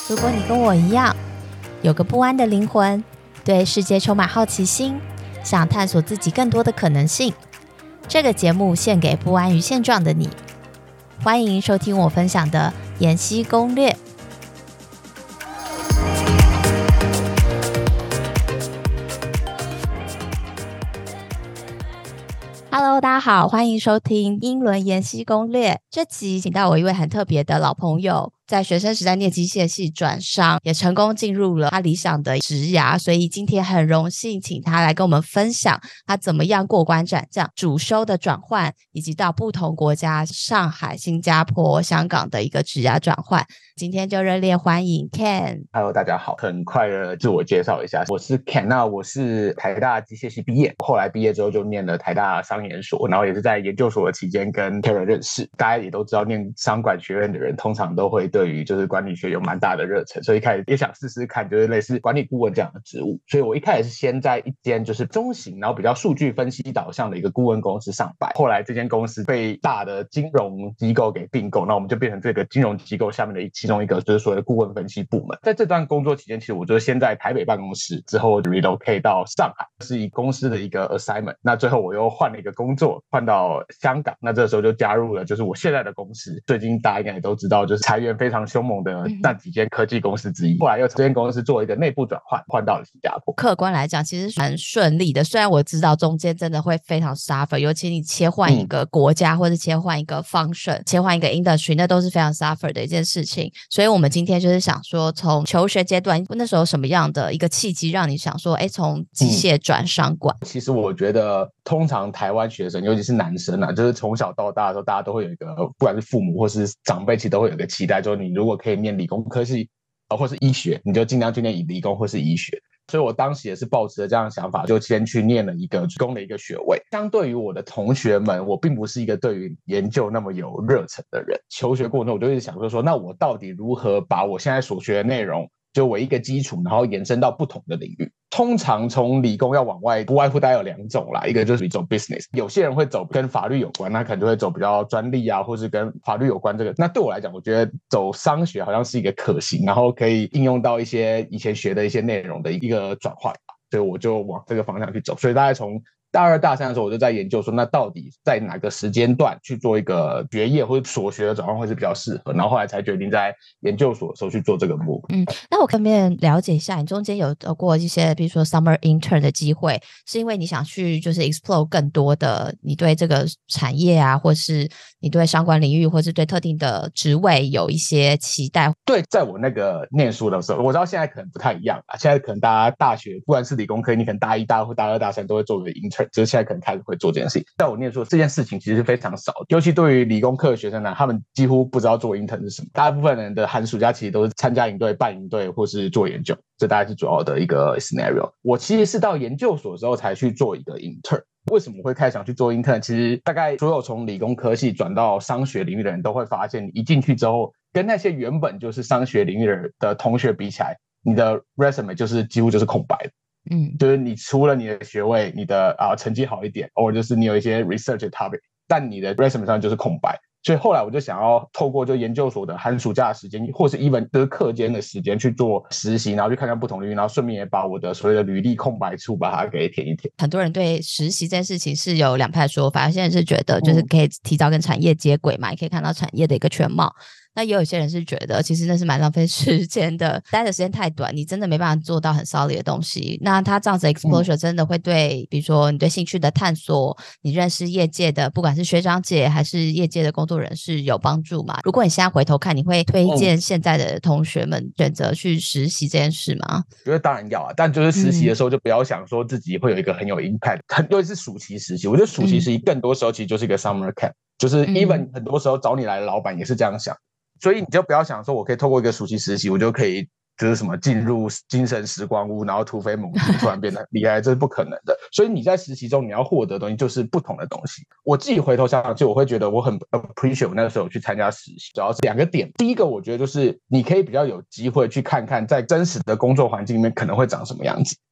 如果你跟我一样，有个不安的灵魂，对世界充满好奇心，想探索自己更多的可能性，这个节目献给不安于现状的你。欢迎收听我分享的妍希攻略。Hello， 大家好，欢迎收听英伦妍希攻略。这集请到我一位很特别的老朋友，在学生时代念机械系转商，也成功进入了他理想的职涯，所以今天很荣幸请他来跟我们分享他怎么样过关斩将，主修的转换，以及到不同国家上海、新加坡、香港的一个职涯转换。今天就热烈欢迎 Ken。 Hello， 大家好，很快的自我介绍一下，我是 Ken， 那我是台大机械系毕业，后来毕业之后就念了台大商研所，然后也是在研究所的期间跟 Karen 认识。大家也都知道，念商管学院的人通常都会对于就是管理学有蛮大的热忱，所以一开始也想试试看，就是类似管理顾问这样的职务。所以我一开始是先在一间就是中型，然后比较数据分析导向的一个顾问公司上班，后来这间公司被大的金融机构给并购，那我们就变成这个金融机构下面的其中一个就是所谓的顾问分析部门。在这段工作期间，其实我就先在台北办公室，之后 relocate 到上海，是以公司的一个 assignment。那最后我又换了一个工作，换到香港，那这时候就加入了就是我现在的公司。最近大家应该也都知道，就是裁员非常凶猛的那几间科技公司之一。后来又从这间公司做一个内部转换，换到了新加坡。 客观来讲其实蛮顺利的，虽然我知道中间真的会非常 suffer， 尤其你切换一个国家，或者切换一个 function， 切换一个 industry， 那都是非常 suffer 的一件事情。所以我们今天就是想说，从求学阶段那时候什么样的一个契机让你想说从机械转商管。 其实我觉得通常台湾学生尤其是男生啊，就是从小到大的时候大家都会有一个，不管是父母或是长辈其实都会有一个期待，就是你如果可以念理工科系或是医学，你就尽量去念理工或是医学。所以我当时也是抱持着这样的想法，就先去念了一个理工的一个学位。相对于我的同学们，我并不是一个对于研究那么有热忱的人。求学过程中我就一直想说那我到底如何把我现在所学的内容就为一个基础，然后延伸到不同的领域。通常从理工要往外，不外乎大概有两种啦，一个就是走 business， 有些人会走跟法律有关，那可能就会走比较专利啊，或是跟法律有关这个。那对我来讲，我觉得走商学好像是一个可行，然后可以应用到一些以前学的一些内容的一个转换吧，所以我就往这个方向去走。所以大概从大二大三的时候，我就在研究说，那到底在哪个时间段去做一个学业或者所学的转换会是比较适合，然后后来才决定在研究所的时候去做这个move。 那我可不可以了解一下，你中间有过一些比如说 summer intern 的机会，是因为你想去就是 explore 更多的你对这个产业啊，或是你对相关领域，或是对特定的职位有一些期待？ 对，在我那个念书的时候，我知道现在可能不太一样啦，现在可能大家大学不管是理工科，你可能大一大二或大二大三都会做个 intern，就是现在可能开始会做这件事情。在我念书这件事情其实是非常少的，尤其对于理工科的学生呢，他们几乎不知道做 intern 是什么。大部分人的寒暑假其实都是参加营队、办营队或是做研究，这大概是主要的一个 scenario。我其实是到研究所的时候才去做一个 intern。为什么会开始想去做 intern？ 其实大概所有从理工科系转到商学领域的人都会发现，你一进去之后，跟那些原本就是商学领域的同学比起来，你的 resume 就是几乎就是空白的。就是你除了你的学位，你的成绩好一点，或者就是你有一些 research topic， 但你的 resume 上就是空白。所以后来我就想要透过就研究所的寒暑假的时间，或是 even 就是课间的时间去做实习，然后去看看不同领域，然后顺便也把我的所谓的履历空白处把它给填一填。 很多人对实习这件事情是有两派说法，有些人是觉得就是可以提早跟产业接轨嘛，也可以看到产业的一个全貌。那也有些人是觉得其实那是蛮浪费时间的，待的时间太短，你真的没办法做到很 solid 的东西。那他这样子 exposure 真的会对比如说你对兴趣的探索，你认识业界的不管是学长姐还是业界的工作人士有帮助吗？如果你现在回头看，你会推荐现在的同学们选择去实习这件事吗？ 我觉得当然要啊，但就是实习的时候就不要想说自己会有一个很有 impact，尤其是暑期实习。我觉得暑期实习更多时候其实就是一个 summer camp，就是 even 很多时候找你来的老板也是这样想。所以你就不要想说我可以透过一个暑期实习我就可以就是什么进入精神时光屋，然后突飞猛进突然变得厉害，这是不可能的。所以你在实习中你要获得的东西就是不同的东西。我自己回头想就我会觉得我很 appreciate 那个时候去参加实习，主要是两个点。第一个我觉得就是你可以比较有机会去看看在真实的工作环境里面可能会长什么样子。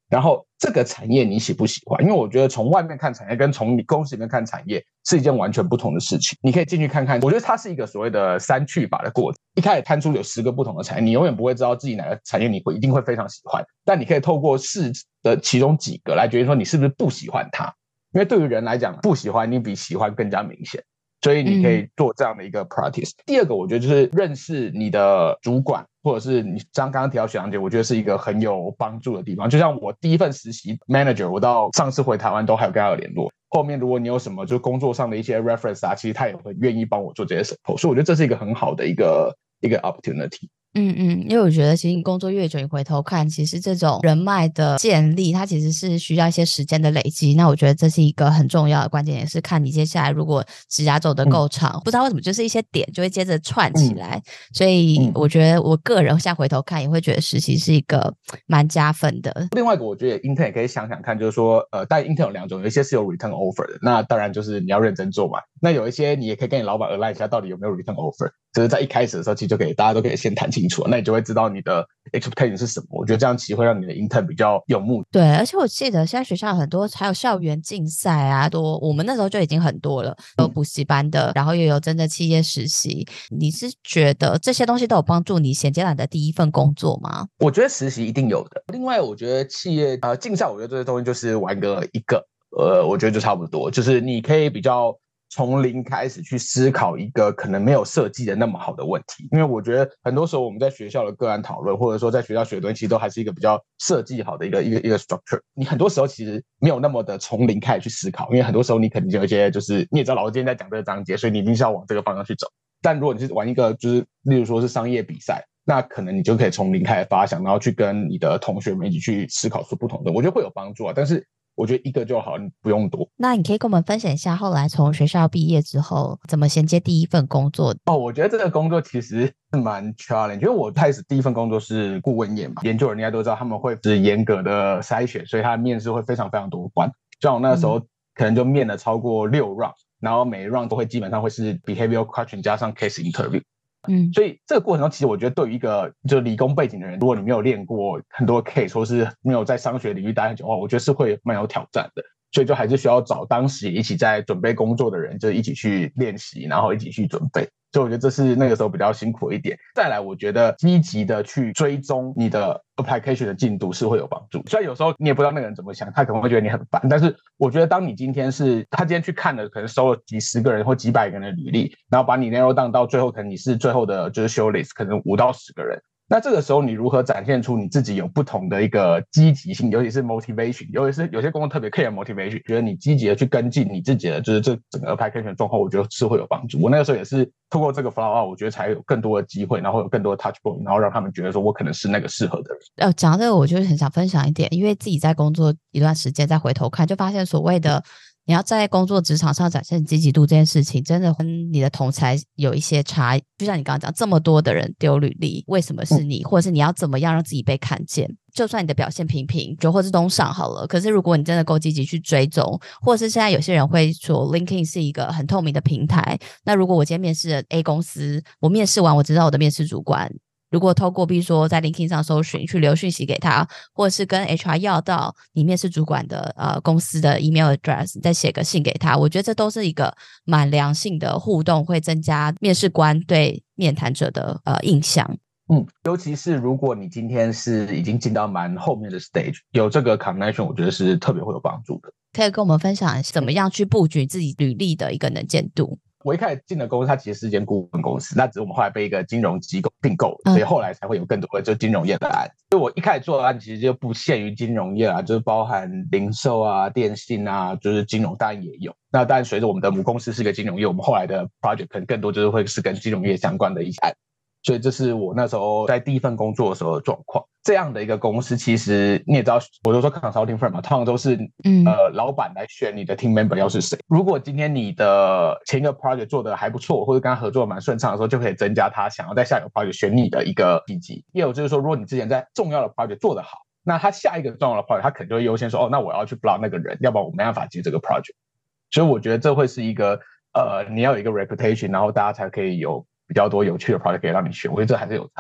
然后这个产业你喜不喜欢？因为我觉得从外面看产业跟从你公司里面看产业是一件完全不同的事情。你可以进去看看，我觉得它是一个所谓的3去法的过程。一开始摊出有10个不同的产业，你永远不会知道自己哪个产业你一定会非常喜欢，但你可以透过试的其中几个来决定说你是不是不喜欢它。因为对于人来讲，不喜欢你比喜欢更加明显。所以你可以做这样的一个 practice。第二个，我觉得就是认识你的主管，或者是你刚刚提到学长姐，我觉得是一个很有帮助的地方。就像我第一份实习 manager， 我到上次回台湾都还有跟他有联络。后面如果你有什么就工作上的一些 reference 啊，其实他也会愿意帮我做这些 support。所以我觉得这是一个很好的一个 opportunity。 因为我觉得其实你工作越久，你回头看，其实这种人脉的建立，它其实是需要一些时间的累积。那我觉得这是一个很重要的关键，也是看你接下来如果职涯走得够长，不知道为什么就是一些点就会接着串起来。所以我觉得我个人现在回头看，也会觉得实习是一个蛮加分的。 另外一个，我觉得 intern 也可以想想看，就是说，但 intern 有2种，有一些是有 return offer 的，那当然就是你要认真做嘛。那有一些你也可以跟你老板align一下，到底有没有 return offer， 就是在一开始的时候，其实就大家都可以先谈清楚，那你就会知道你的 expectation 是什么。我觉得这样其实会让你的 intern 比较有目的。 对，而且我记得现在学校很多还有校园竞赛啊，我们那时候就已经很多了，有补习班的，然后又有真的企业实习。你是觉得这些东西都有帮助你衔接你的第一份工作吗？ 我觉得实习一定有的。另外，我觉得企业竞赛，我觉得这些东西就是玩一个，我觉得就差不多，就是你可以比较从零开始去思考一个可能没有设计的那么好的问题。因为我觉得很多时候我们在学校的个案讨论，或者说在学校学的东西，其实都还是一个比较设计好的一个 structure。你很多时候其实没有那么的从零开始去思考，因为很多时候你肯定就有一些就是你也知道老师今天在讲这个章节，所以你一定是要往这个方向去走。但如果你是玩一个就是例如说是商业比赛，那可能你就可以从零开始发想，然后去跟你的同学们一起去思考出不同的，我觉得会有帮助啊。但是我觉得一个就好，你不用多。 那你可以跟我们分享一下后来从学校毕业之后怎么衔接第一份工作？ 我觉得这个工作其实是蛮 challenge， 因为我开始第一份工作是顾问业嘛，研究人应该都知道他们会是严格的筛选，所以他的面试会非常非常多关。像我那时候可能就面了超过6 round，然后每一 round 都会基本上会是 behavioral question 加上 case interview。所以这个过程中，其实我觉得对于一个就是理工背景的人，如果你没有练过很多 case， 或是没有在商学领域待很久的话，我觉得是会蛮有挑战的。所以就还是需要找当时一起在准备工作的人，就一起去练习，然后一起去准备。所以我觉得这是那个时候比较辛苦一点。再来，我觉得积极的去追踪你的 application 的进度是会有帮助。虽然有时候你也不知道那个人怎么想，他可能会觉得你很烦，但是我觉得当你今天去看了，可能收了几十个人或几百个人的履历，然后把你 narrow down 到最后，可能你是最后的就是 shortlist， 可能5到10个人。那这个时候你如何展现出你自己有不同的一个积极性，尤其是 motivation， 尤其是有些工作特别 care motivation， 觉得你积极的去跟进你自己的就是这整个 application 状况，我觉得是会有帮助。我那个时候也是透过这个 follow up， 我觉得才有更多的机会，然后有更多的 touch point， 然后让他们觉得说我可能是那个适合的人。 讲到这个，我就是很想分享一点，因为自己在工作一段时间再回头看，就发现所谓的你要在工作职场上展现积极度这件事情，真的跟你的同侪有一些差异。就像你刚刚讲，这么多的人丢履历，为什么是你？或者是你要怎么样让自己被看见？就算你的表现平平，就或是中上好了，可是如果你真的够积极去追踪，或者是现在有些人会说 LinkedIn 是一个很透明的平台，那如果我今天面试了 A 公司，我面试完我知道我的面试主管，如果透过比如说在 LinkedIn 上搜寻去留讯息给他，或者是跟 HR 要到你面试主管的公司的 email address， 再写个信给他，我觉得这都是一个蛮良性的互动，会增加面试官对面谈者的印象。 尤其是如果你今天是已经进到蛮后面的 stage， 有这个 connection， 我觉得是特别会有帮助的。 可以跟我们分享怎么样去布局自己履历的一个能见度？ 我一开始进的公司，它其实是一间顾问公司，那只是我们后来被一个金融机构并购了，所以后来才会有更多的就金融业的案。所以我一开始做的案其实就不限于金融业啦，就是包含零售啊、电信啊，就是金融当然也有。那当然随着我们的母公司是个金融业，我们后来的 project 可能更多就是会是跟金融业相关的一些案。所以这是我那时候在第一份工作的时候的状况。这样的一个公司，其实你也知道，我就说 consulting firm 嘛，通常都是老板来选你的 team member 要是谁。如果今天你的前一个 project 做的还不错，或者跟他合作蛮顺畅的时候，就可以增加他想要在下一个 project 选你的一个契机。也有就是说，如果你之前在重要的 project 做得好，那他下一个重要的 project 他可能就会优先说，那我要去 block 那个人，要不然我没办法接这个 project。所以我觉得这会是一个你要有一个 reputation， 然后大家才可以有比较多有趣的 project 可以让你选，我觉得这还是有差啦。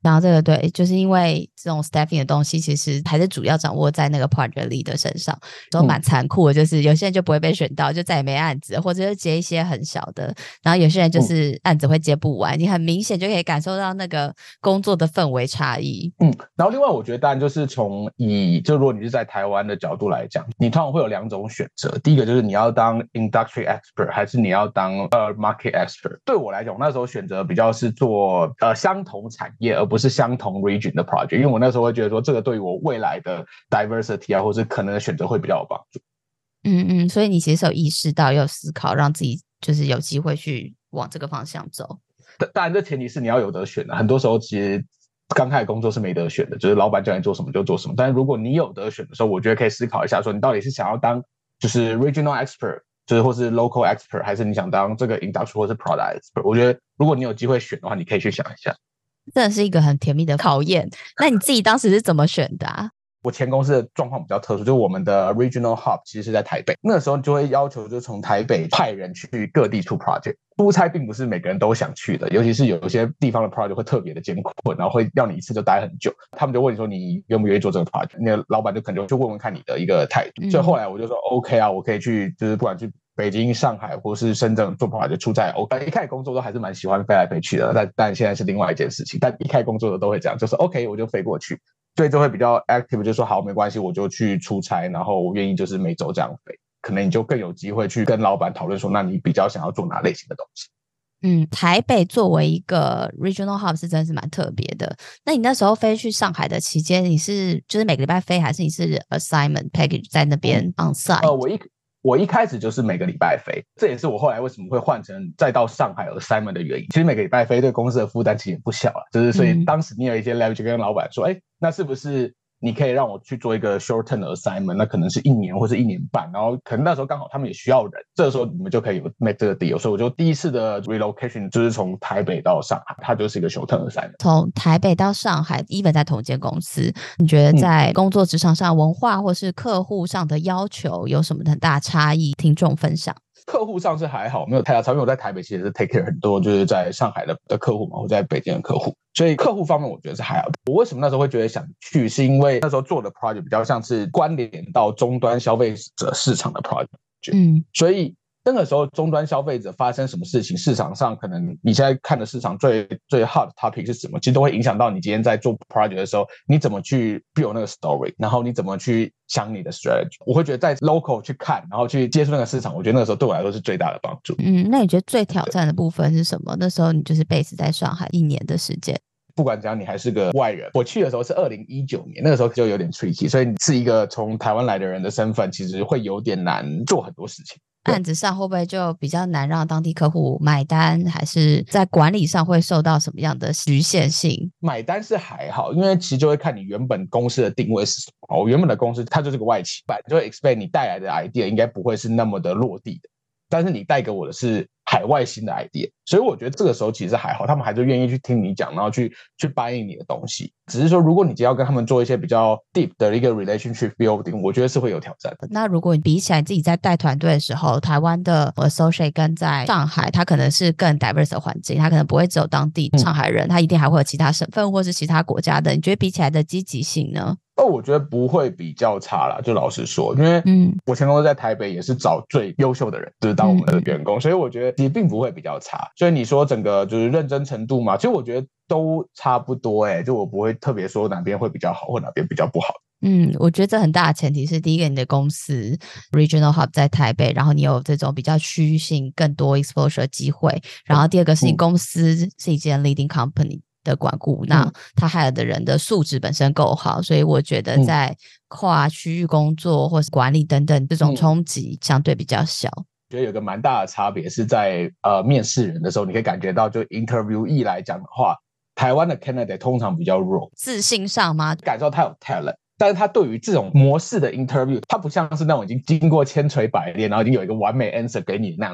然后这个对，就是因为这种 staffing 的东西，其实还是主要掌握在那个 project leader 身上，都蛮残酷的。就是有些人就不会被选到，就再也没案子，或者是接一些很小的。然后有些人就是案子会接不完，你很明显就可以感受到那个工作的氛围差异。 然后另外我觉得当然就是就如果你是在台湾的角度来讲，你通常会有2种选择。第一个就是你要当 industry expert， 还是你要当market expert。对我来讲，我那时候选择比较是做相同产业，而不是相同 region 的 project， 因为我那时候会觉得说这个对于我未来的 diversity 啊，或是可能的选择会比较有帮助。 所以你其实有意识到，有思考，让自己就是有机会去往这个方向走。 当然这前提是你要有得选的，很多时候其实刚开始工作是没得选的，就是老板叫你做什么就做什么。但是如果你有得选的时候，我觉得可以思考一下，说你到底是想要当就是 regional expert， 就是或是 local expert， 还是你想当这个 industry 或是 product expert。我觉得如果你有机会选的话，你可以去想一下。 真的是一个很甜蜜的考验。那你自己当时是怎么选的啊？ 我前公司的状况比较特殊，就是我们的 regional hub 其实是在台北，那个时候就会要求就从台北派人去各地出 project。出差并不是每个人都想去的，尤其是有一些地方的 project 会特别的艰困，然后会要你一次就待很久。他们就问你说你愿不愿意做这个 project， 那个老板就可能就问问看你的一个态度。所以后来我就说 OK 啊，我可以去，就是不管去北京、上海或是深圳做 project 出差。一开始工作都还是蛮喜欢飞来飞去的，但现在是另外一件事情。但一开始工作的都会这样，就是 OK 我就飞过去。所以就会比较 active， 就说好没关系，我就去出差，然后我愿意就是每周这样飞，可能你就更有机会去跟老板讨论说，那你比较想要做哪类型的东西。 台北作为一个 regional hub 是真的是蛮特别的。那你那时候飞去上海的期间，你是就是每个礼拜飞，还是你是 assignment package 在那边 on site？ 我一开始就是每个礼拜飞，这也是我后来为什么会换成再到上海 assignment 的原因。其实每个礼拜飞对公司的负担其实也不小了，就是所以当时你有一些 leverage 跟老板说，那是不是你可以让我去做一个 short term 的 assignment， 那可能是1年或是1年半，然后可能那时候刚好他们也需要人，这个时候你们就可以 make 这个 deal。所以我就第一次的 relocation 就是从台北到上海，它就是一个 short term assignment。 从台北到上海 even 在同一间公司，你觉得在工作职场上文化或是客户上的要求有什么很大差异？听众分享。 客户上是还好，没有太大差别。因为我在台北其实是 take care 很多，就是在上海的客户嘛，或在北京的客户，所以客户方面我觉得是还好。我为什么那时候会觉得想去，是因为那时候做的 project 比较像是关联到终端消费者市场的 project，所以那个时候终端消费者发生什么事情，市场上可能你现在看的市场最 hot topic 是什么，其实都会影响到你今天在做 project 的时候，你怎么去 build 那个 story， 然后你怎么去想你的 strategy。 我会觉得在 local 去看，然后去接触那个市场，我觉得那个时候对我来说是最大的帮助。 那你觉得最挑战的部分是什么？那时候你就是 base 在上海1年的时间， 不管怎样你还是个外人。我去的时候是2019年，那个时候就有点 tricky， 所以你是一个从台湾来的人的身份，其实会有点难做很多事情。 案子上会不会就比较难让当地客户买单，还是在管理上会受到什么样的局限性？ 买单是还好，因为其实就会看你原本公司的定位是什么。我原本的公司它就是个外企，就会 expect 你带来的 idea 应该不会是那么的落地的，但是你带给我的是海外新的 idea， 所以我觉得这个时候其实还好，他们还是愿意去听你讲，然后去答应你的东西。只是说如果你今天要跟他们做一些比较 deep 的一个 relationship building， 我觉得是会有挑战的。 那如果你比起来自己在带团队的时候，台湾的 associate 跟在上海，它可能是更 diverse 的环境，它可能不会只有当地上海人，它一定还会有其他省份或是其他国家的，你觉得比起来的积极性呢？ 我觉得不会比较差啦，就老实说，因为我前公司在台北也是找最优秀的人，就是当我们的员工，所以我觉得其实并不会比较差。所以你说整个就是认真程度嘛，其实我觉得都差不多就我不会特别说哪边会比较好或哪边比较不好。 我觉得这很大的前提是，第一个你的公司 regional hub 在台北，然后你有这种比较区域性更多 exposure 的机会，然后第二个是你公司是一间 leading company的管顾，那他 hire 的人的素质本身够好，所以我觉得在跨区域工作或是管理等等这种冲击相对比较小。 觉得有个蛮大的差别是在面试人的时候，你可以感觉到就 interviewee 来讲的话，台湾的 candidate 通常比较弱， 自信上吗？ 感受到他有 talent， 但是他对于这种模式的 interview， 他不像是那种已经经过千锤百炼，然后已经有一个完美 answer 给你的那样的人。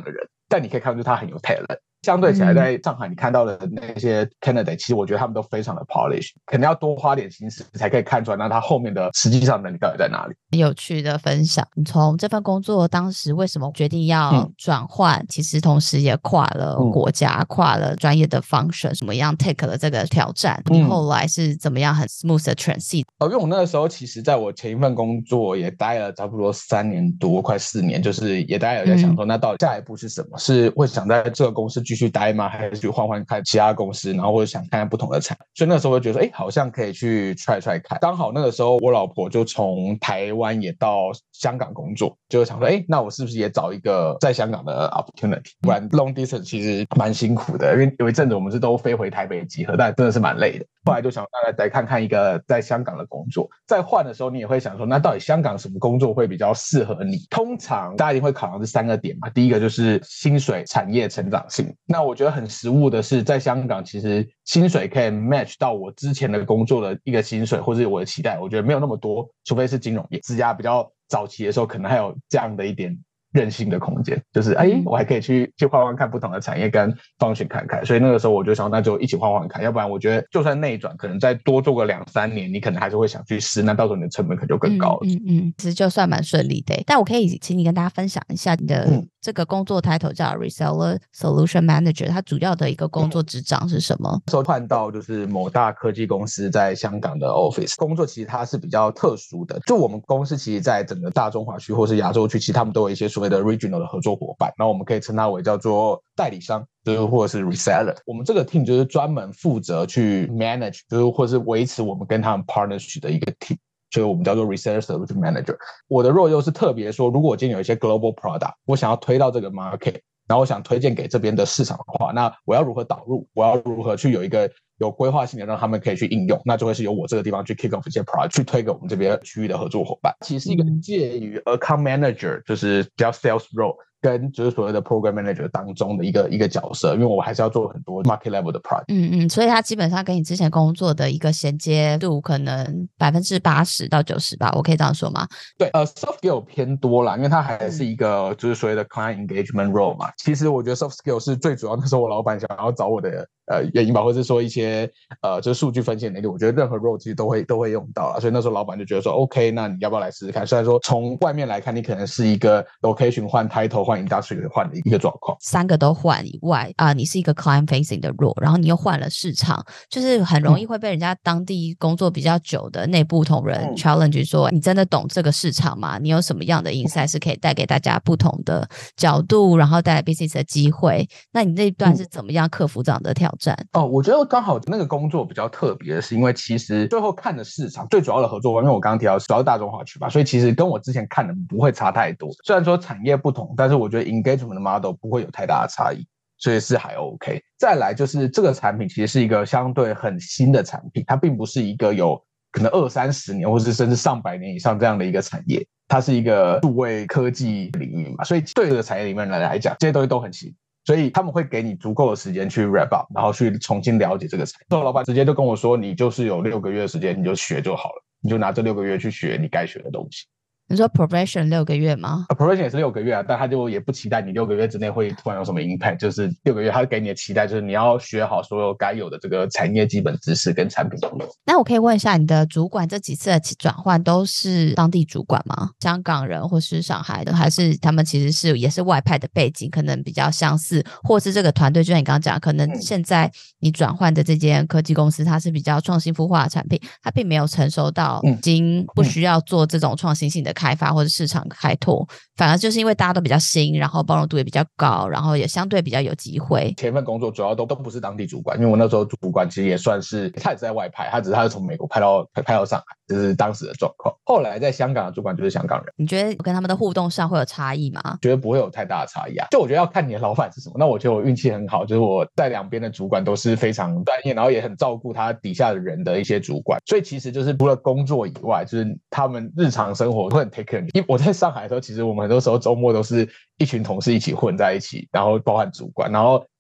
但你可以看出他很有 talent。相对起来，在上海你看到的那些 candidate，其实我觉得他们都非常的 polish， 可能要多花点心思才可以看出来，那他后面的实际上能力到底在哪里。 很有趣的分享，你从这份工作当时为什么决定要转换，其实同时也跨了国家，跨了专业的 function， 怎么样 take 了这个挑战，你后来是怎么样很 smooth 的 transit？ 因为我那个时候其实在我前一份工作也待了差不多3年多快4年，就是也大概有在想说那到底下一步是什么，是会想在这个公司继续待吗，还是去换换看其他公司，然后或者想看看不同的产业。所以那个时候我就觉得说好像可以去 try 看。刚好那个时候我老婆就从台湾也到香港工作，就想说那我是不是也找一个在香港的 opportunity， 不然 long distance 其实蛮辛苦的，因为有一阵子我们是都飞回台北集合，但真的是蛮累的。后来就想来看看一个在香港的工作，在换的时候你也会想说那到底香港什么工作会比较适合你。通常大家一定会考量这3个点嘛，第一个就是薪水、产业、成长性。那我觉得很实务的是在香港其实薪水可以 match 到我之前的工作的一个薪水或者我的期待，我觉得没有那么多，除非是金融业。职涯比较早期的时候可能还有这样的一点任性的空间，就是我还可以去换换看不同的产业跟方向看看。所以那个时候我就想那就一起换换看，要不然我觉得就算内转可能再多做个2-3年，你可能还是会想去试，那到时候你的成本可能就更高了。 其实就算蛮顺利的。但我可以请你跟大家分享一下你的这个工作 title 叫 Reseller Solution Manager， 它主要的一个工作职掌是什么？ 那时候换到就是某大科技公司在香港的 office 工作，其实它是比较特殊的。就我们公司其实在整个大中华区或是亚洲区，其实他们都有一些所谓的 regional 的合作伙伴，然后我们可以称它为叫做代理商，就是或者是 reseller。我们这个 team 就是专门负责去 manage， 就是或是维持我们跟他们 partnership 的一个 team， 所以我们叫做 reseller solution manager。我的 role 又是特别说，如果我今天有一些 global product， 我想要推到这个 market， 然后我想推荐给这边的市场的话，那我要如何导入，我要如何去有一个有规划性的让他们可以去应用，那就会是由我这个地方去 kick off 一些 project， 去推给我们这边区域的合作伙伴。其实是一个介于 account manager， 就是比较 sales role，跟就是所谓的 program manager 当中的一个角色，因为我还是要做很多 market level 的 project。 所以它基本上跟你之前工作的一个衔接度可能80%到90%吧，我可以这样说吗？ 对，soft skill 偏多啦，因为它还是一个就是所谓的 client engagement role 嘛。其实我觉得 soft skill 是最主要，那时候我老板想要找我的原因吧，或者是说一些就是数据分析的能力，我觉得任何 role 其实都会用到啦。所以那时候老板就觉得说 OK， 那你要不要来试试看？虽然说从外面来看，你可能是一个 location 换 title 换 industry 换的一个状况 ，3个都换以外你是一个 client facing 的 role， 然后你又换了市场，就是很容易会被人家当地工作比较久的内部同仁 challenge 说你真的懂这个市场吗？你有什么样的 insight 是可以带给大家不同的角度，然后带来 business 的机会？那你那一段是怎么样克服这样的挑战？ 我觉得刚好那个工作比较特别的是，因为其实最后看的市场最主要的合作方，因为我刚刚提到主要是大中华区吧，所以其实跟我之前看的不会差太多。虽然说产业不同，但是我觉得 engagement 的 model 不会有太大的差异，所以是还 OK。再来就是这个产品其实是一个相对很新的产品，它并不是一个有可能20-30年或是甚至上百年以上这样的一个产业，它是一个数位科技领域嘛，所以对这个产业里面来讲，这些东西都很新。所以他们会给你足够的时间去 wrap up， 然后去重新了解这个产业。所以老板直接就跟我说，你就是有6个月的时间，你就学就好了，你就拿这6个月去学你该学的东西。 你说 probation 6个月吗 ？probation 也是6个月啊，但他就也不期待你6个月之内会突然有什么 impact， 就是6个月他给你的期待就是你要学好所有该有的这个产业基本知识跟产品应用。 那我可以问一下，你的主管这几次的转换都是当地主管吗？香港人或是上海的，还是他们其实也是外派的背景，可能比较相似，或是这个团队就像你刚刚讲，可能现在你转换的这间科技公司它是比较创新孵化的产品，它并没有成熟到已经不需要做这种创新性的开发或者市场开拓，反而就是因为大家都比较新，然后包容度也比较高，然后也相对比较有机会。 前份工作主要都不是当地主管，因为我那时候主管其实也算是他也是在外派，他是从美国派到上海，这是当时的状况。后来在香港的主管就是香港人。 你觉得跟他们的互动上会有差异吗？ 觉得不会有太大的差异啊，就我觉得要看你的老板是什么。那我觉得我运气很好，就是我在两边的主管都是非常专业，然后也很照顾他底下的人的一些主管，所以其实就是除了工作以外，就是他们日常生活会很 take care 你。因为我在上海的时候，其实我们很多时候周末都是一群同事一起混在一起，然后包含主管，然后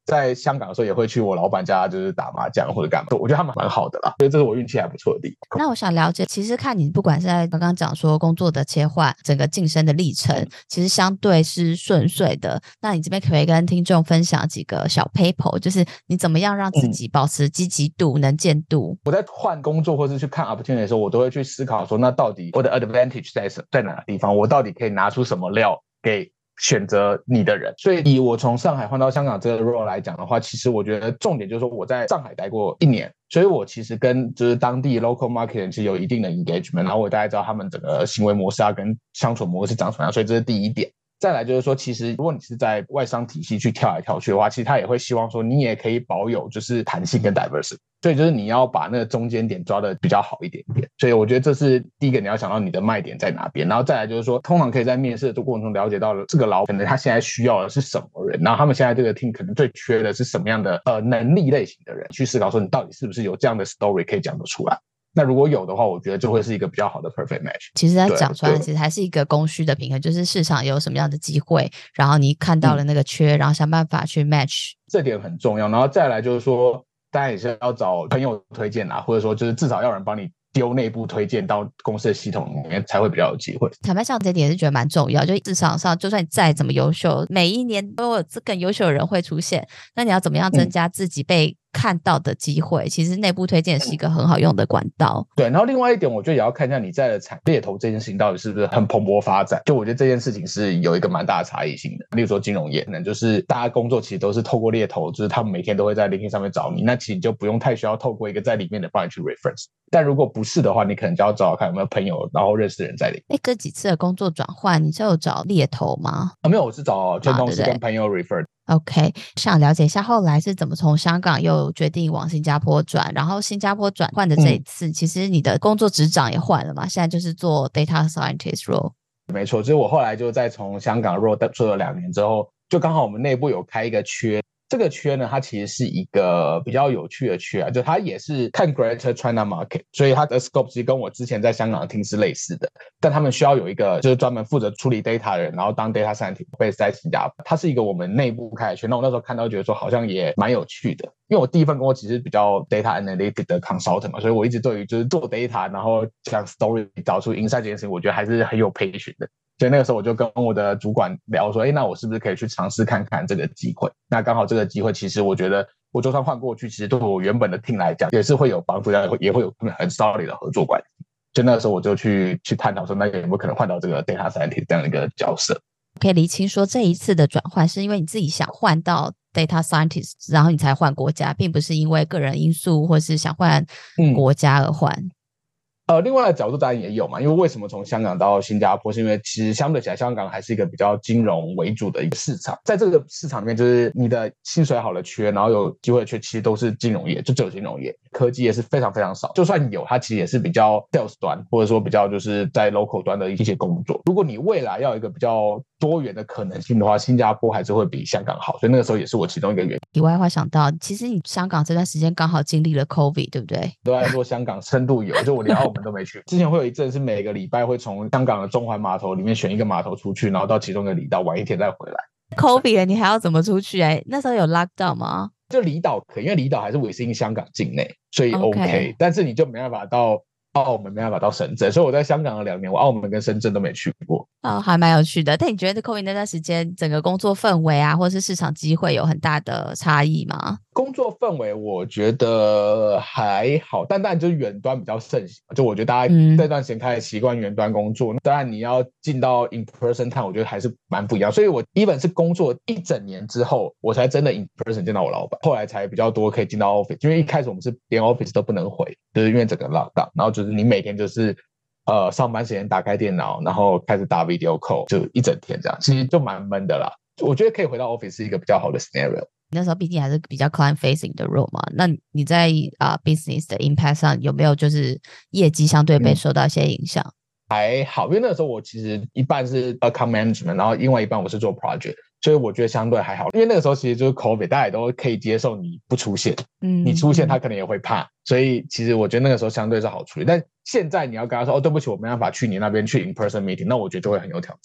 在香港的时候也会去我老板家就是打麻将或者干嘛，我觉得他们蛮好的啦，所以这是我运气还不错的地方。 那我想了解，其实看你不管是在刚刚讲说工作的切换，整个晋升的历程，其实相对是顺遂的。那你这边可不可以跟听众分享几个小 paper， 就是你怎么样让自己保持积极度、能见度？ 我在换工作或是去看 opportunity 的时候，我都会去思考说，那到底我的 advantage 在哪个地方？我到底可以拿出什么料给选择你的人？所以以我从上海换到香港这个 role 来讲的话，其实我觉得重点就是说我在上海待过1年，所以我其实跟就是当地 local market 人其实有一定的 engagement， 然后我大概知道他们整个行为模式啊跟相处模式长什么样，所以这是第一点。再来就是说，其实如果你是在外商体系去跳来跳去的话，其实他也会希望说你也可以保有就是弹性跟 diversity， 所以就是你要把那个中间点抓的比较好一点点。所以我觉得这是第一个你要想到你的卖点在哪边，然后再来就是说，通常可以在面试的过程中了解到这个老板可能他现在需要的是什么人，然后他们现在这个 team 可能最缺的是什么样的能力类型的人，去思考说你到底是不是有这样的 story 可以讲得出来。那如果有的话，我觉得就会是一个比较好的 perfect match。 其实在讲出来，其实还是一个供需的平衡，就是市场有什么样的机会，然后你看到了那个缺，然后想办法去 match， 这点很重要。然后再来就是说，当然也是要找朋友推荐啦，或者说就是至少要有人帮你丢内部推荐到公司的系统里面，才会比较有机会。 坦白讲，这点也是觉得蛮重要。就市场上，就算你再怎么优秀，每一年都有更优秀的人会出现，那你要怎么样增加自己被看到的机会？其实内部推荐是一个很好用的管道。 对，然后另外一点，我觉得也要看一下你在的猎头这件事情到底是不是很蓬勃发展。就我觉得这件事情是有一个蛮大的差异性的。例如说金融业，可能就是大家工作其实都是透过猎头，就是他们每天都会在 LinkedIn 上面找你，那其实你就不用太需要透过一个在里面的帮你去 reference。但如果不是的话，你可能就要找看有没有朋友，然后认识的人在里面。 这几次的工作转换，你是有找猎头吗？ 没有，我是找前同事跟朋友 refer。 OK， 想了解一下后来是怎么从香港又决定往新加坡转，然后新加坡转换的这一次，其实你的工作职掌也换了嘛，现在就是做 data scientist role。 没错，就是我后来就再从香港 role 做了2年之后，就刚好我们内部有开一个缺。这个缺呢，它其实是一个比较有趣的缺啊，就它也是看 Greater China Market， 所以它的 scope 其实跟我之前在香港的 team 是类似的，但他们需要有一个就是专门负责处理 data 的人，然后当 data scientist base 在新加坡，它是一个我们内部开的缺。那我那时候看到觉得说好像也蛮有趣的，因为我第一份工作其实比较 data analytic 的 consultant 嘛，所以我一直对于就是做 data 然后讲 story 找出 insight 这件事情，我觉得还是很有 passion 的。所以那个时候我就跟我的主管聊说，那我是不是可以去尝试看看这个机会？那刚好这个机会，其实我觉得我就算换过去，其实对我原本的 team 来讲，也是会有帮助，也会有很 solid 的合作关系。就那个时候我就去探讨说，那有没有可能换到这个 data scientist 这样的一个角色？ 可以厘清说，这一次的转换是因为你自己想换到 data scientist， 然后你才换国家，并不是因为个人因素或是想换国家而换。 另外的角度当然也有嘛，因为为什么从香港到新加坡，是因为其实相对起来，香港还是一个比较金融为主的一个市场，在这个市场里面，就是你的薪水好的缺，然后有机会的缺，其实都是金融业，就只有金融业，科技业是非常非常少，就算有，它其实也是比较 sales 端，或者说比较就是在 local 端的一些工作。如果你未来要有一个比较多元的可能性的话，新加坡还是会比香港好，所以那个时候也是我其中一个原因。 题外话想到，其实你香港这段时间刚好经历了 COVID， 对不对？ 都在做香港深度游，就我连澳门都没去。之前会有一阵是每个礼拜会从香港的中环码头里面选一个码头出去，然后到其中一个离岛玩1天再回来。 COVID 你还要怎么出去？那时候有 lockdown 吗？ 就离岛可以，因为离岛还是within香港境内，所以 OK， 但是你就没办法到澳门，没办法到深圳，所以我在香港的2年，我澳门跟深圳都没去过。 还蛮有趣的。但你觉得 COVID 那段时间整个工作氛围啊，或是市场机会有很大的差异吗？ 工作氛围我觉得还好，但当然就是远端比较盛行，就我觉得大家这段时间开始习惯远端工作，当然你要进到 in person time， 我觉得还是蛮不一样。所以我 even 是工作1整年之后，我才真的 in person 见到我老板，后来才比较多可以进到 office， 因为一开始我们是连 office 都不能回，就是因为整个 lockdown， 然后就是你每天就是上班时间打开电脑，然后开始打 video call， 就1整天这样，其实就蛮闷的啦。我觉得可以回到 office 是一个比较好的 scenario。 那时候毕竟还是比较 client facing 的 role 嘛，那你在business 的 impact 上有没有就是业绩相对被受到一些影响？ 还好，因为那个时候我其实一半是 account management， 然后另外一半我是做 project， 所以我觉得相对还好。因为那个时候其实就是 COVID， 大家也都可以接受你不出现，你出现他可能也会怕，所以其实我觉得那个时候相对是好处理。但现在你要跟他说，对不起，我没办法去你那边去 in person meeting， 那我觉得就会很有挑战。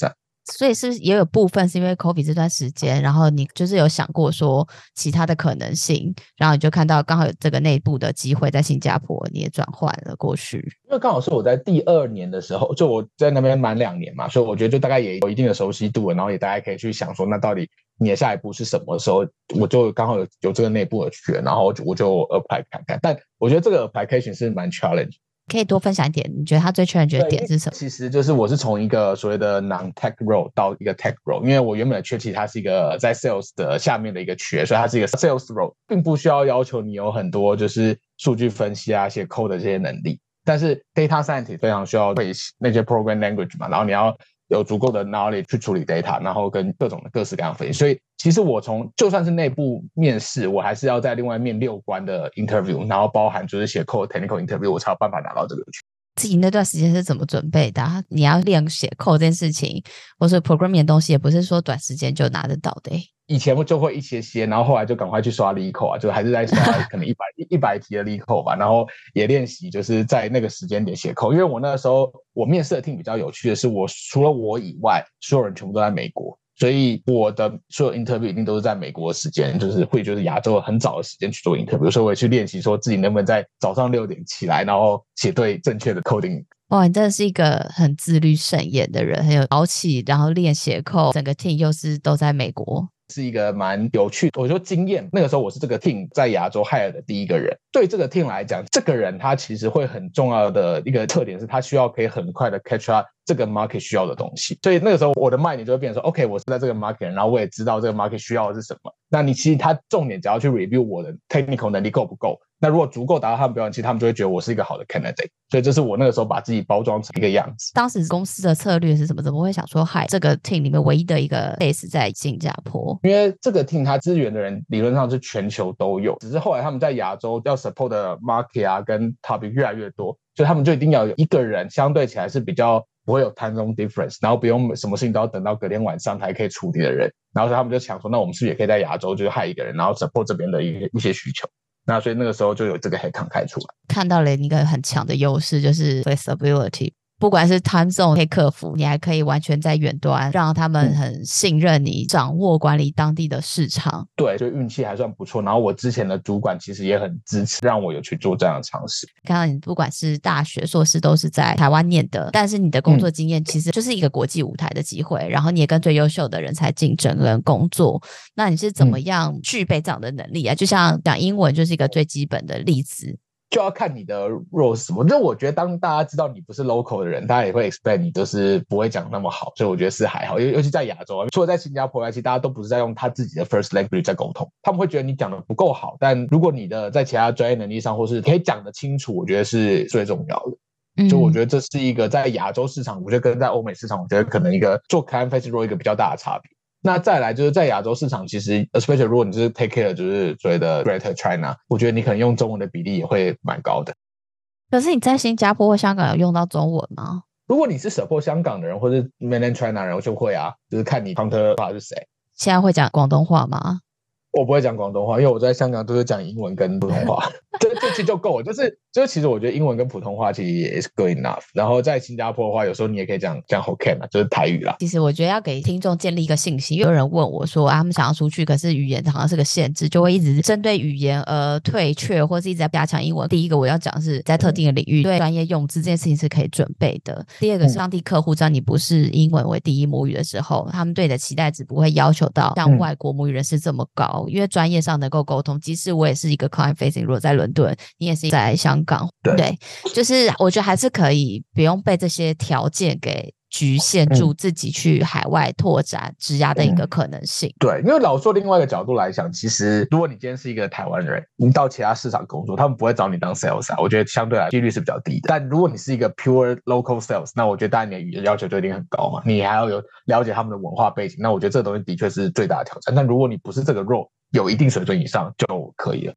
所以是不是也有部分是因为 COVID 这段时间，然后你就是有想过说其他的可能性，然后你就看到刚好有这个内部的机会在新加坡，你也转换了过去。 因为刚好是我在第2年的时候，就我在那边满2年嘛，所以我觉得就大概也有一定的熟悉度了，然后也大概可以去想说，那到底你的下一步是什么的时候，我就刚好有这个内部的缺，然后我就 apply 看看。但我觉得这个 application 是蛮 challenge。 可以多分享一点，你觉得他最 challenge 的点是什么？ 其实就是我是从一个所谓的 non-tech role 到一个 tech role， 因为我原本的缺其实它是一个在 sales 的下面的一个缺，所以它是一个 sales role， 并不需要求你有很多就是数据分析啊、写 code 的这些能力，但是 data scientist 非常需要会那些 program language 嘛，然后你要有足够的 knowledge 去处理 data， 然后跟各种的各式各样的分析。所以其实我就算是内部面试，我还是要在另外面6关的 interview， 然后包含就是写 code technical interview， 我才有办法拿到这个缺。 自己那段时间是怎么准备的啊？你要练写 code 这件事情，或是 programming 的东西，也不是说短时间就拿得到的。 以前就会一些，然后后来就赶快去刷 LeetCode 啊，就还是在刷可能100题的 LeetCode 吧，然后也练习就是在那个时间点写 code。因为我那个时候我面试的 team 比较有趣的是，除了我以外，所有人全部都在美国。所以我的所有 interview 一定都是在美国的时间，就是亚洲很早的时间去做 interview， 所以我也去练习说自己能不能在早上6点起来，然后写对正确的 coding。 哇，你真的是一个很自律慎言的人，很有早起，然后练写 code，整个 team 又是都在美国。 是一个蛮有趣的，我说经验。那个时候我是这个 team 在亚洲 hire 的第一个人。对这个 team 来讲，这个人他其实会很重要的一个特点是，他需要可以很快的 catch up 这个 market 需要的东西。所以那个时候我的 mind 就会变成说 ，OK， 我是在这个 market， 然后我也知道这个 market 需要的是什么。那你其实他重点只要去 review 我的 technical 能力够不够。那如果足够达到他们标准，其实他们就会觉得我是一个好的 candidate。所以这是我那个时候把自己包装成一个样子。 当时公司的策略是什么？怎么会想说，这个 team 里面唯一的一个 base 在新加坡？ 因为这个 team 它资源的人理论上是全球都有，只是后来他们在亚洲要 support 的 market 啊跟 topic 越来越多，所以他们就一定要有一个人相对起来是比较不会有 time zone difference， 然后不用什么事情都要等到隔天晚上才可以处理的人。然后所以他们就想说，那我们是不是也可以在亚洲就是害一个人，然后 support 这边的一些需求。那所以那个时候就有这个 headcount 开出来， 看到了一个很强的优势，就是 flexibility。不管是 time zone 可以克服，你还可以完全在远端让他们很信任你，掌握管理当地的市场。 对，就运气还算不错。然后我之前的主管其实也很支持，让我有去做这样的尝试。 刚刚你不管是大学、硕士都是在台湾念的，但是你的工作经验其实就是一个国际舞台的机会，然后你也跟最优秀的人才竞争跟工作。那你是怎么样具备这样的能力啊？就像讲英文就是一个最基本的例子。 就要看你的 role 是什么。就我觉得当大家知道你不是 local 的人，大家也会 expect 你就是不会讲那么好，所以我觉得是还好。尤其在亚洲，除了在新加坡，其实大家都不是在用他自己的 first language 在沟通，他们会觉得你讲的不够好。但如果你的在其他专业能力上或是可以讲得清楚，我觉得是最重要的。就我觉得这是一个在亚洲市场，我觉得跟在欧美市场，我觉得可能一个做 client face role 一个比较大的差别。那再来就是在亚洲市场，其实 especially 如果你就是 take care 就是所谓的 Greater China， 我觉得你可能用中文的比例也会蛮高的。 可是你在新加坡或香港有用到中文吗？ 如果你是 support 香港的人或是 mainland China 人，我就会啊，就是看你 counterpart 是谁。 现在会讲广东话吗？ 我不会讲广东话，因为我在香港都是讲英文跟普通话，这其实就够了。就是其实我觉得英文跟普通话其实也是 good enough。然后在新加坡的话，有时候你也可以讲 Hokkien 嘛，就是台语啦。 其实我觉得要给听众建立一个信心，有人问我说，他们想要出去，可是语言好像是个限制，就会一直针对语言而退却，或是一直在加强英文。第一个我要讲是在特定的领域对专业用字这件事情是可以准备的。第二个是当地客户知道你不是英文为第一母语的时候，他们对你的期待值不会要求到像外国母语人士这么高，因为专业上能够沟通。即使我也是一个 client facing， 如果在伦敦，你也是在香港，对，就是我觉得还是可以不用被这些条件给局限住自己去海外拓展职涯的一个可能性。 对，因为老说另外一个角度来讲，其实如果你今天是一个台湾人，你到其他市场工作，他们不会找你当 sales 啊，我觉得相对来几率是比较低的。但如果你是一个 pure local sales， 那我觉得当然你的语言要求就一定很高嘛，你还要有了解他们的文化背景，那我觉得这个东西的确是最大的挑战。但如果你不是这个 role， 有一定水准以上就可以了。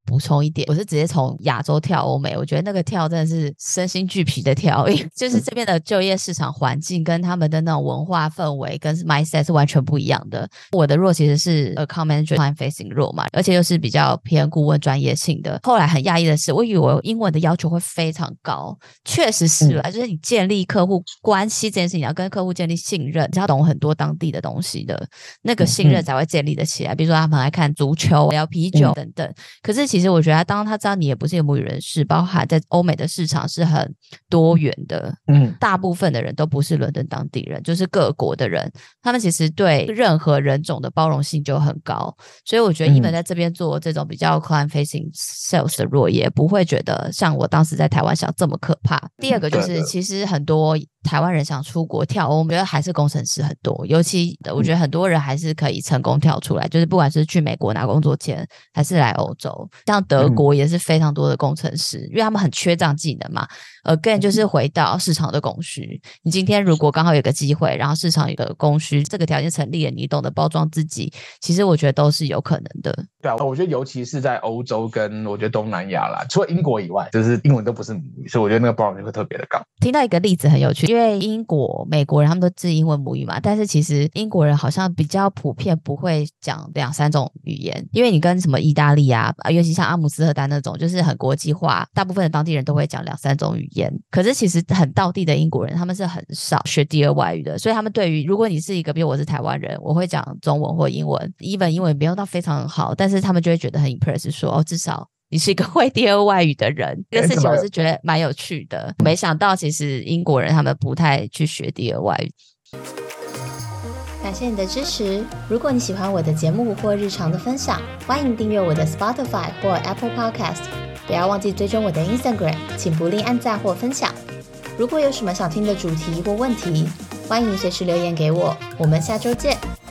补充一点，我是直接从亚洲跳欧美，我觉得那个跳真的是身心俱疲的跳，就是这边的就业市场环境跟他们的那种文化氛围跟 mindset 是完全不一样的。我的role其实是 account manager client facing role 嘛，而且又是比较偏顾问专业性的。后来很讶异的是，我以为我英文的要求会非常高，确实是啦，就是你建立客户关系这件事情，你要跟客户建立信任，你要懂很多当地的东西的，那个信任才会建立得起来。比如说他们来看足球、聊啤酒等等。可是其实我觉得当他知道你也不是一个母语人士，包含在欧美的市场是很多元的，大部分的人都不是伦敦当地人，就是各国的人，他们其实对任何人种的包容性就很高，所以我觉得even在这边做这种比较 client facing sales 的role也不会觉得像我当时在台湾想这么可怕。第二个就是其实很多台湾人想出国跳欧，我觉得还是工程师很多，尤其我觉得很多人还是可以成功跳出来，就是不管是去美国拿工作签还是来欧洲，像德国也是非常多的工程师，因为他们很缺这样技能嘛。again 就是回到市场的供需，你今天如果刚好有个机会，然后市场有个供需，这个条件成立了，你懂得包装自己，其实我觉得都是有可能的。 对啊，我觉得尤其是在欧洲跟我觉得东南亚啦，除了英国以外，就是英文都不是母语，所以我觉得那个包容性会特别的高。 听到一个例子很有趣，因为英国、美国人他们都自英文母语嘛，但是其实英国人好像比较普遍不会讲2-3种语言，因为你跟什么意大利啊，尤其像阿姆斯特丹那种就是很国际化，大部分的当地人都会讲2-3种语言。可是其实很道地的英国人他们是很少学第二外语的，所以他们对于如果你是一个比如我是台湾人，我会讲中文或英文 even 英文没有到非常好，但是他们就会觉得很 impress 说至少你是一个会第二外语的人，这个事情我是觉得蛮有趣的。没想到其实英国人他们不太去学第二外语。 感谢你的支持，如果你喜欢我的节目或日常的分享，欢迎订阅我的 Spotify 或 Apple Podcast， 不要忘记追踪我的 Instagram， 请不吝按赞或分享。如果有什么想听的主题或问题，欢迎随时留言给我，我们下周见。